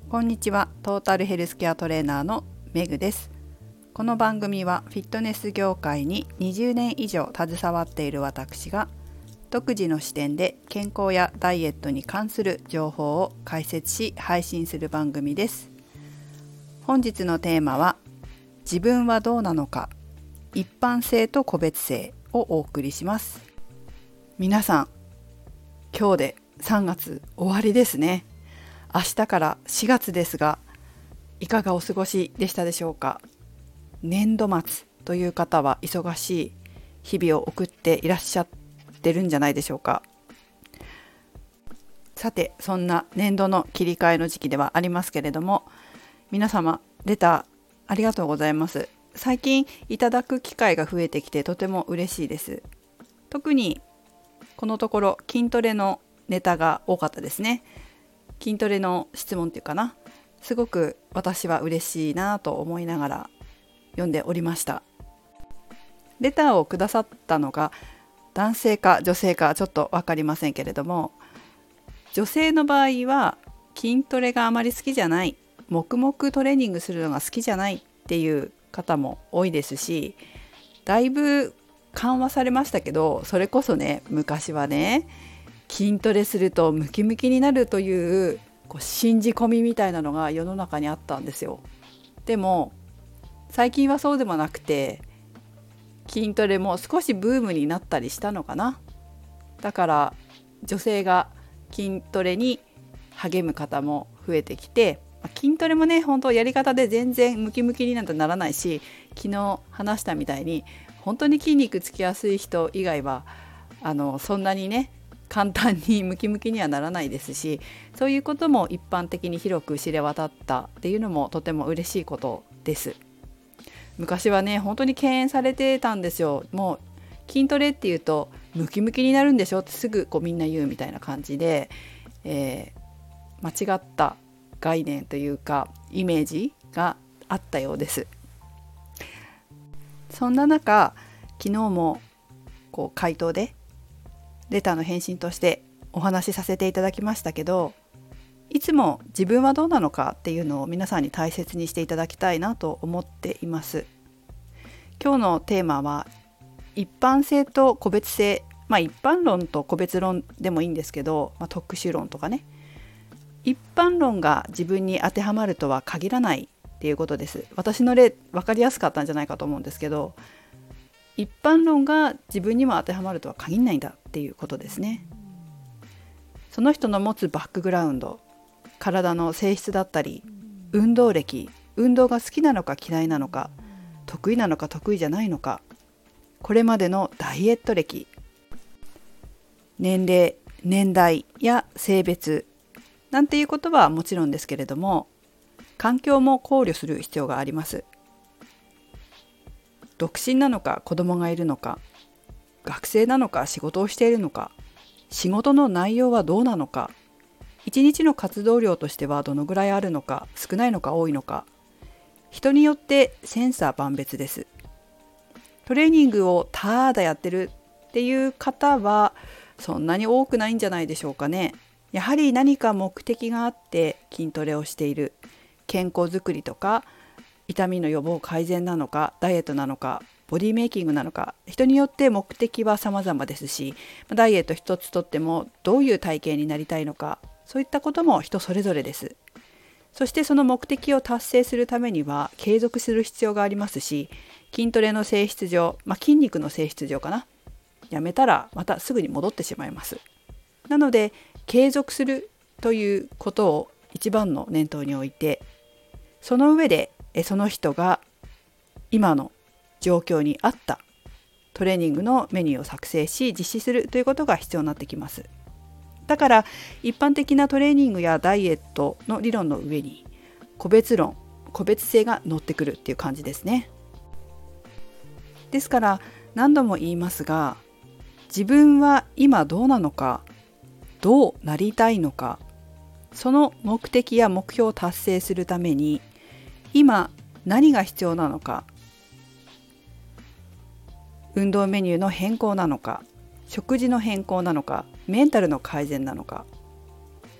こんにちは。トータルヘルスケアトレーナーのメグです。この番組はフィットネス業界に20年以上携わっている私が独自の視点で健康やダイエットに関する情報を解説し配信する番組です。本日のテーマは自分はどうなのか、一般性と個別性をお送りします。皆さん、今日で3月終わりですね。明日から4月ですが、いかがお過ごしでしたでしょうか。年度末という方は忙しい日々を送っていらっしゃってるんじゃないでしょうか。さて、そんな年度の切り替えの時期ではありますけれども、皆様レターありがとうございます。最近いただく機会が増えてきてとても嬉しいです。特にこのところ筋トレのネタが多かったですね。筋トレの質問っていうかな、すごく私は嬉しいなと思いながら読んでおりました。レターをくださったのが男性か女性かちょっと分かりませんけれども、女性の場合は筋トレがあまり好きじゃない、黙々トレーニングするのが好きじゃないっていう方も多いですし、だいぶ緩和されましたけど、それこそね、昔はね、筋トレするとムキムキになるという信じ込みみたいなのが世の中にあったんですよ。でも最近はそうでもなくて、筋トレも少しブームになったりしたのかな。だから女性が筋トレに励む方も増えてきて、筋トレもね、本当やり方で全然ムキムキになんてならないし、昨日話したみたいに本当に筋肉つきやすい人以外はそんなにね簡単にムキムキにはならないですし、そういうことも一般的に広く知れ渡ったっていうのもとても嬉しいことです。昔はね、本当に敬遠されてたんですよ。もう筋トレっていうとムキムキになるんでしょってすぐみんな言うみたいな感じで、間違った概念というかイメージがあったようです。そんな中、昨日も回答でレターの返信としてお話しさせていただきましたけど、いつも自分はどうなのかっていうのを皆さんに大切にしていただきたいなと思っています。今日のテーマは一般性と個別性、一般論と個別論でもいいんですけど、特殊論とかね、一般論が自分に当てはまるとは限らないっていうことです。私の例分かりやすかったんじゃないかと思うんですけど、一般論が自分にも当てはまるとは限らないんだっていうことですね。その人の持つバックグラウンド、体の性質だったり、運動歴、運動が好きなのか嫌いなのか、得意なのか得意じゃないのか、これまでのダイエット歴、年齢、年代や性別なんていうことはもちろんですけれども、環境も考慮する必要があります。独身なのか子供がいるのか、学生なのか仕事をしているのか、仕事の内容はどうなのか、一日の活動量としてはどのぐらいあるのか、少ないのか多いのか、人によって千差万別です。トレーニングをただやってるっていう方はそんなに多くないんじゃないでしょうかね。やはり何か目的があって筋トレをしている、健康づくりとか痛みの予防改善なのか、ダイエットなのか、ボディメイキングなのか、人によって目的は様々ですし、ダイエット一つとってもどういう体型になりたいのか、そういったことも人それぞれです。そしてその目的を達成するためには継続する必要がありますし、筋トレの性質上、筋肉の性質上かな、やめたらまたすぐに戻ってしまいます。なので継続するということを一番の念頭に置いて、その上でその人が今の状況に合ったトレーニングのメニューを作成し実施するということが必要になってきます。だから一般的なトレーニングやダイエットの理論の上に個別論、個別性が乗ってくるっていう感じですね。ですから何度も言いますが、自分は今どうなのか、どうなりたいのか、その目的や目標を達成するために今何が必要なのか、運動メニューの変更なのか、食事の変更なのか、メンタルの改善なのか、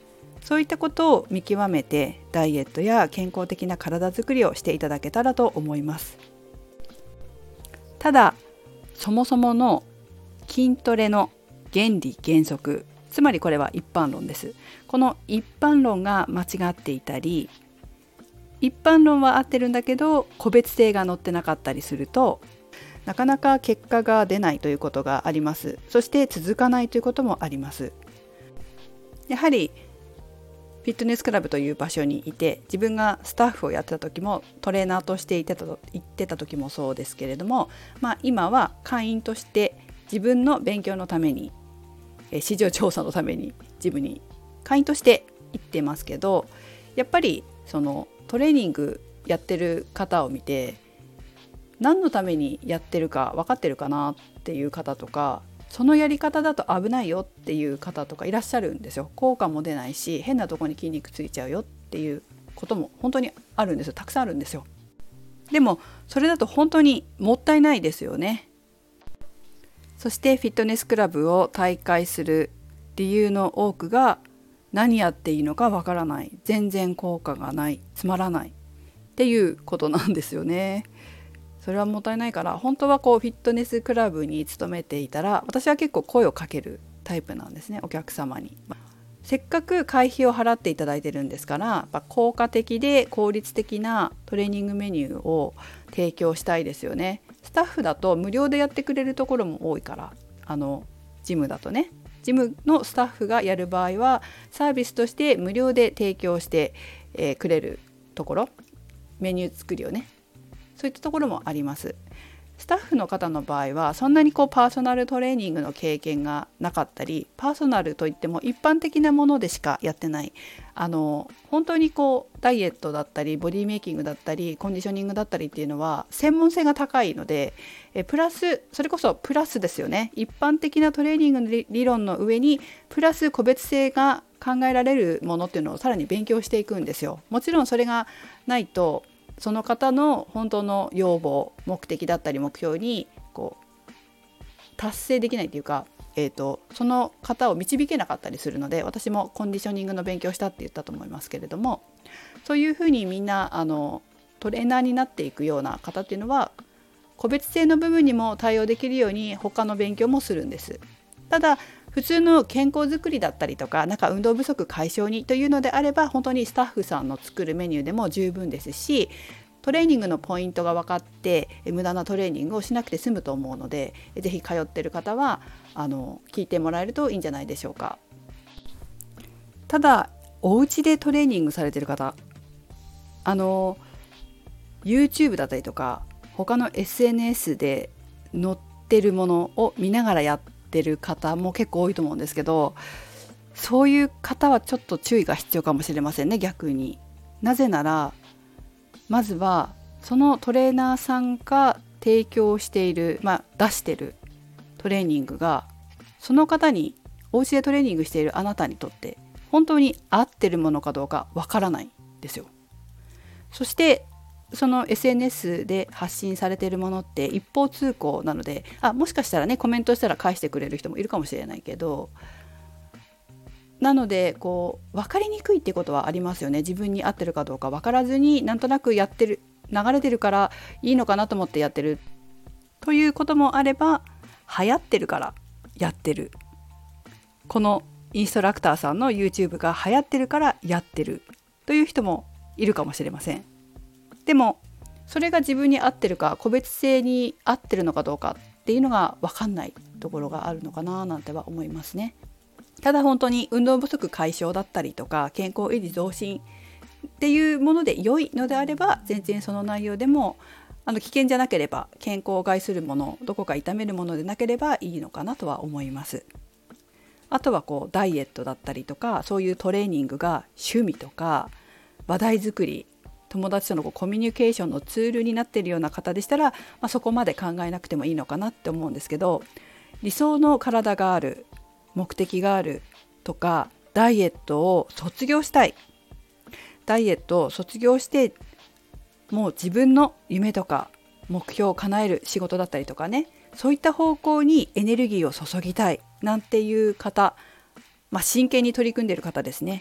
そういったことを見極めてダイエットや健康的な体づくりをしていただけたらと思います。ただそもそもの筋トレの原理原則、つまりこれは一般論です。この一般論が間違っていたり、一般論は合ってるんだけど個別性が載ってなかったりすると、なかなか結果が出ないということがあります。そして続かないということもあります。やはりフィットネスクラブという場所にいて、自分がスタッフをやってた時もトレーナーとして行ってた時もそうですけれども、今は会員として自分の勉強のために、市場調査のためにジムに会員として行ってますけど、やっぱりそのトレーニングやってる方を見て、何のためにやってるか分かってるかなっていう方とか、そのやり方だと危ないよっていう方とかいらっしゃるんですよ。効果も出ないし変なとこに筋肉ついちゃうよっていうことも本当にあるんですよ。たくさんあるんですよ。でもそれだと本当にもったいないですよね。そしてフィットネスクラブを退会する理由の多くが、何やっていいのかわからない、全然効果がない、つまらないっていうことなんですよね。それはもったいないから、本当はフィットネスクラブに勤めていたら、私は結構声をかけるタイプなんですね、お客様に。せっかく会費を払っていただいてるんですから、やっぱ効果的で効率的なトレーニングメニューを提供したいですよね。スタッフだと無料でやってくれるところも多いから、ジムだとね、ジムのスタッフがやる場合はサービスとして無料で提供して、くれるところ、メニュー作りをね、そういったところもあります。スタッフの方の場合はそんなにパーソナルトレーニングの経験がなかったり、パーソナルといっても一般的なものでしかやってない、本当にダイエットだったりボディメイキングだったりコンディショニングだったりっていうのは専門性が高いので、プラスそれこそプラスですよね。一般的なトレーニングの理論の上にプラス個別性が考えられるものっていうのをさらに勉強していくんですよ。もちろんそれがないとその方の本当の要望、目的だったり目標に達成できないというか、その方を導けなかったりするので、私もコンディショニングの勉強したって言ったと思いますけれども、そういうふうにみんなトレーナーになっていくような方っていうのは個別性の部分にも対応できるように他の勉強もするんです。ただ普通の健康づくりだったりとか、運動不足解消にというのであれば、本当にスタッフさんの作るメニューでも十分ですし、トレーニングのポイントが分かって無駄なトレーニングをしなくて済むと思うので、ぜひ通っている方は聞いてもらえるといいんじゃないでしょうか。ただお家でトレーニングされている方、YouTube だったりとか他の SNS で載ってるものを見ながらやってる方も結構多いと思うんですけど、そういう方はちょっと注意が必要かもしれませんね、逆に。なぜならまずはそのトレーナーさんが提供している、出しているトレーニングがその方に、お家でトレーニングしているあなたにとって本当に合ってるものかどうかわからないんですよ。そしてその SNS で発信されているものって一方通行なので、もしかしたらねコメントしたら返してくれる人もいるかもしれないけど、なので分かりにくいってことはありますよね。自分に合ってるかどうか分からずに、なんとなくやってる、流れてるからいいのかなと思ってやってるということもあれば、流行ってるからやってる、このインストラクターさんの YouTube が流行ってるからやってるという人もいるかもしれません。でもそれが自分に合ってるか、個別性に合ってるのかどうかっていうのが分かんないところがあるのかななんては思いますね。ただ本当に運動不足解消だったりとか健康維持増進っていうもので良いのであれば、全然その内容でも危険じゃなければ、健康を害するもの、どこか痛めるものでなければいいのかなとは思います。あとはダイエットだったりとか、そういうトレーニングが趣味とか話題作り、友達とのコミュニケーションのツールになっているような方でしたら、そこまで考えなくてもいいのかなって思うんですけど、理想の体がある、目的があるとか、ダイエットを卒業したい、ダイエットを卒業してもう自分の夢とか目標を叶える仕事だったりとかね、そういった方向にエネルギーを注ぎたいなんていう方、真剣に取り組んでいる方ですね。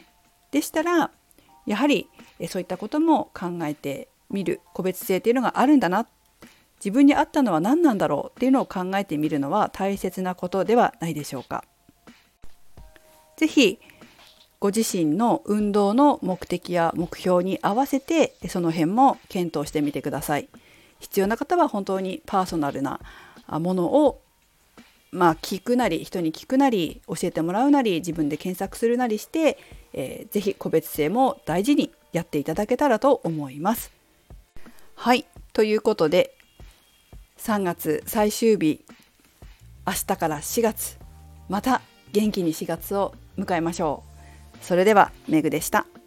でしたらやはりそういったことも考えてみる、個別性っていうのがあるんだな、自分に合ったのは何なんだろうっていうのを考えてみるのは大切なことではないでしょうか。ぜひご自身の運動の目的や目標に合わせてその辺も検討してみてください。必要な方は本当にパーソナルなものを聞くなり、人に聞くなり、教えてもらうなり、自分で検索するなりして、ぜひ個別性も大事にやっていただけたらと思います。はい、ということで3月最終日、明日から4月、また元気に4月を迎えましょう。それではめぐでした。